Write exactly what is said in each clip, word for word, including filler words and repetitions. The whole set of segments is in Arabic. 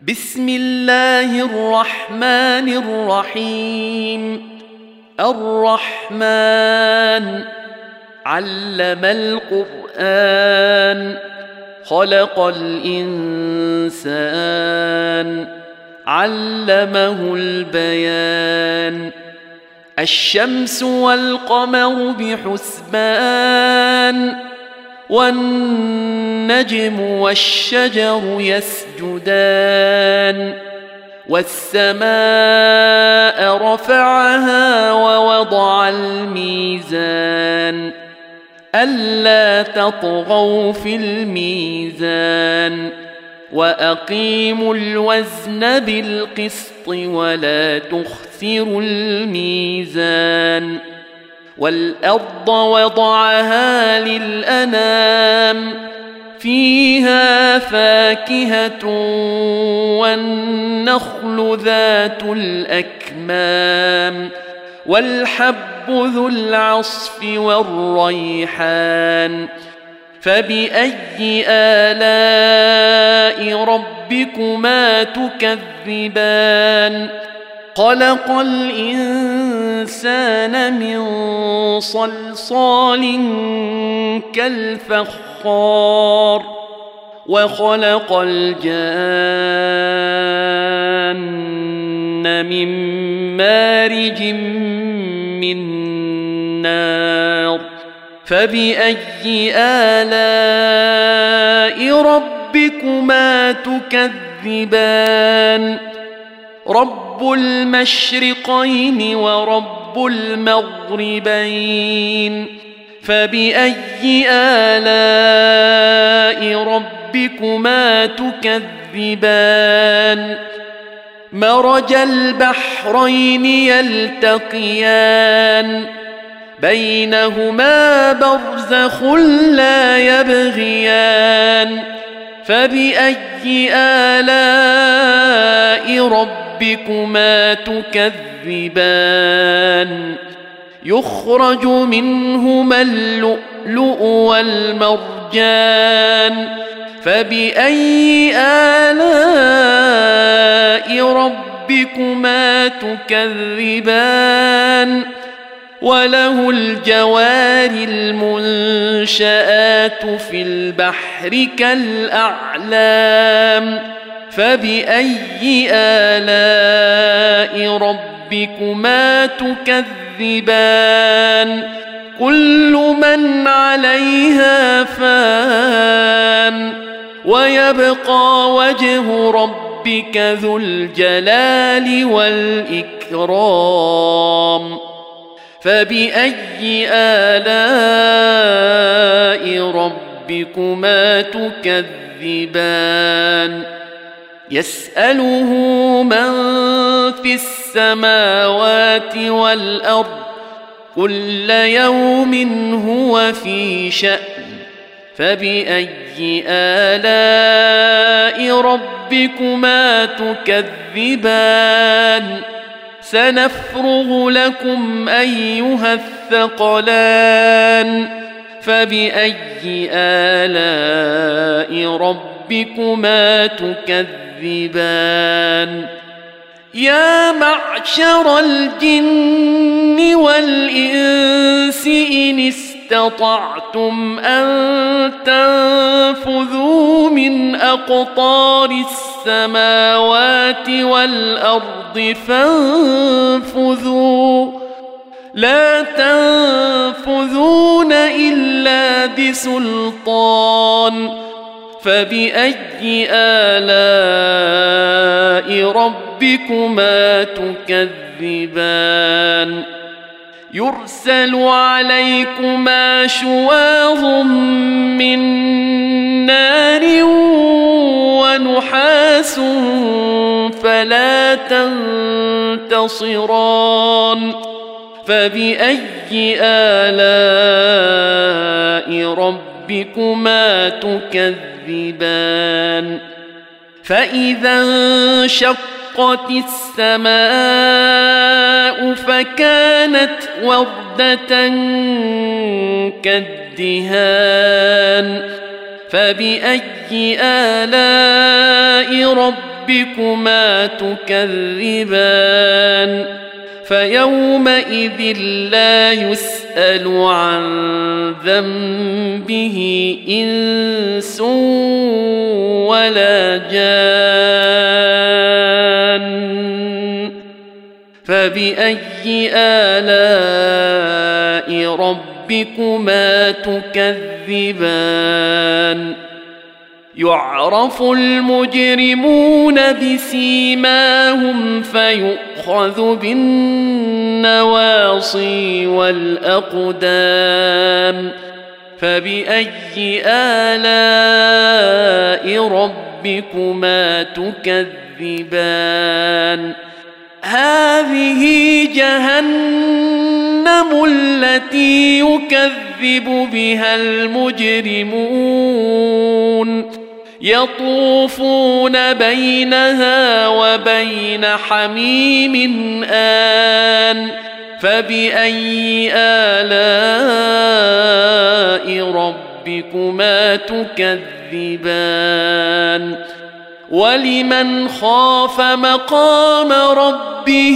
بسم الله الرحمن الرحيم. الرحمن علم القرآن خلق الإنسان علمه البيان. الشمس والقمر بحسبان والنجم والشجر يسجدان. والسماء رفعها ووضع الميزان ألا تطغوا في الميزان وأقيموا الوزن بالقسط ولا تخسروا الميزان. والأرض وضعها للأنام فيها فاكهة والنخل ذات الأكمام والحب ذو العصف والريحان. فبأي آلاء ربكما تكذبان؟ خلق الإنسان من صلصال كالفخار وخلق الجان من مارج من نار. فبأي آلاء ربكما تكذبان؟ رب المشرقين ورب المغربين. فبأي آلاء ربكما تكذبان؟ مرج البحرين يلتقيان بينهما برزخ لا يبغيان. فبأي آلاء ربكما تكذبان؟ يخرج منهما اللؤلؤ والمرجان. فبأي آلاء ربكما تكذبان؟ وله الجوار المنشآت في البحر كالأعلام. فبأي آلاء ربكما تكذبان؟ كل من عليها فان ويبقى وجه ربك ذو الجلال والإكرام. فبأي آلاء ربكما تكذبان؟ يسأله من في السماوات والأرض كل يوم هو في شأن. فبأي آلاء ربكما تكذبان؟ سنفرغ لكم أيها الثقلان. فبأي آلاء ربكما تكذبان؟ يا معشر الجن والإنس إن استطعتم أن تنفذوا من أقطار السماوات والأرض فانفذوا لا تنفذون إلا بسلطان. فبأي آلاء ربكما تكذبان؟ يرسل عليكما شواظ من نار ونحاس فلا تنتصران. فبأي آلاء ربكما تكذبان؟ فإذا انشقت السماء فكانت وردة كالدهان. فبأي آلاء ربكما ربكما تكذبان فيومئذ لا يسأل عن ذنبه إنس ولا جان فبأي آلاء ربكما تكذبان يعرف المجرمون بسيماهم فيؤخذ بالنواصي والأقدام فبأي آلاء ربكما تكذبان هذه جهنم التي يكذب بها المجرمون يطوفون بينها وبين حميم آن فبأي آلاء ربكما تكذبان ولمن خاف مقام ربه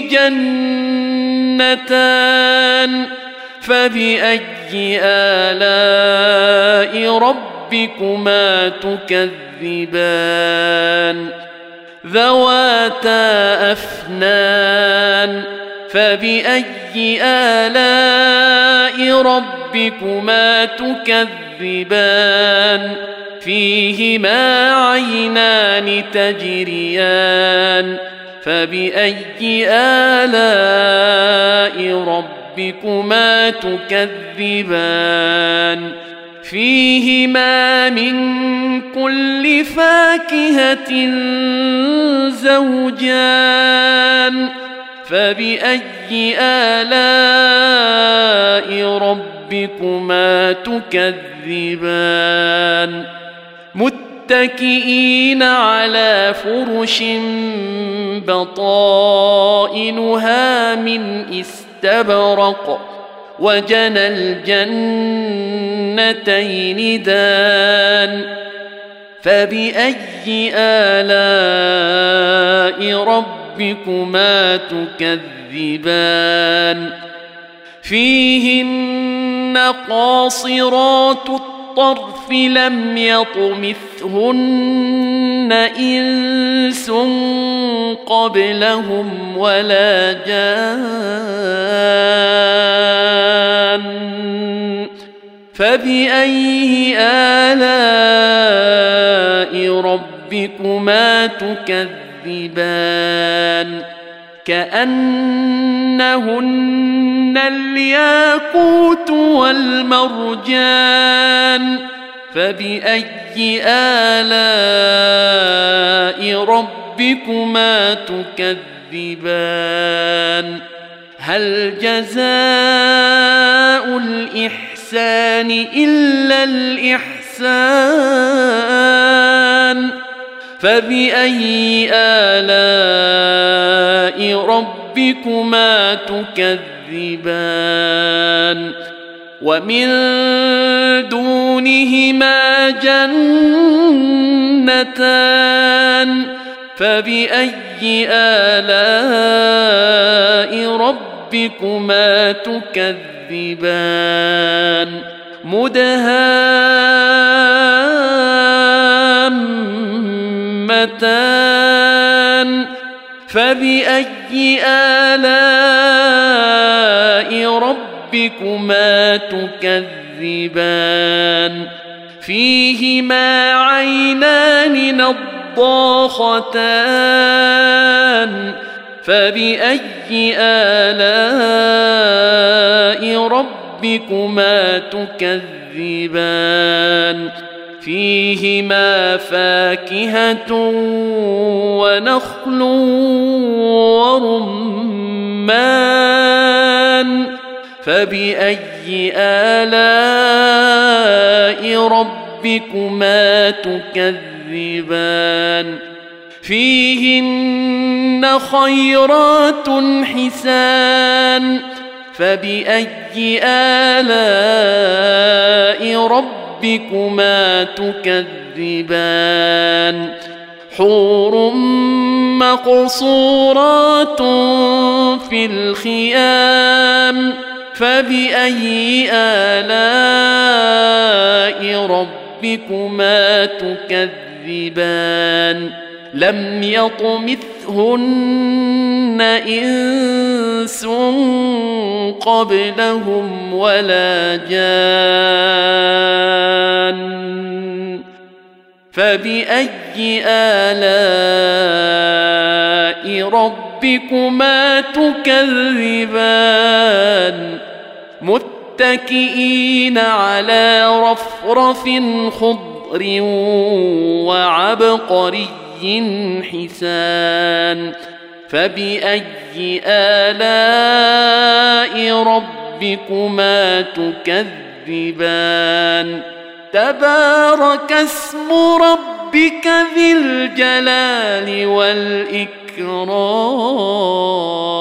جنتان فبأي آلاء ربكما تكذبان ذواتا أفنان فبأي آلاء ربكما تكذبان فيهما عينان تجريان فبأي آلاء ربكما تكذبان فيهما من كل فاكهة زوجان فبأي آلاء ربكما تكذبان متكئين على فرش بطائنها من استبرق وجنى الجنتين دان فبأي آلاء ربكما تكذبان فيهن قاصرات الطرف لم يطمثهن إنس قبلهم ولا جان فبأي آلاء ربكما تكذبان كأنهن الياقوت والمرجان فبأي آلاء ربكما تكذبان هل جزاء الإحسان إلا الإحسان فبأي آلاء ربكما تكذبان ومن دونهما جنتان فبأي آلاء ربكما تكذبان مدهامتان فبأي آلاء ربكما تكذبان فيهما عينان نضاختان فبأي آلاء ربكما تكذبان فيهما فاكهة ونخل ورمان فبأي آلاء ربكما تكذبان فيهن خيرات حسان فبأي آلاء ربكما تكذبان حور مقصورات في الخيام فبأي آلاء ربكما تكذبان لم يطمثهن إنس قبلهم ولا جان فبأي آلاء ربكما تكذبان متكئين على رفرف خضر وعبقري حسان فبأي آلاء ربكما تكذبان تبارك اسم ربك ذي الجلال والإكرام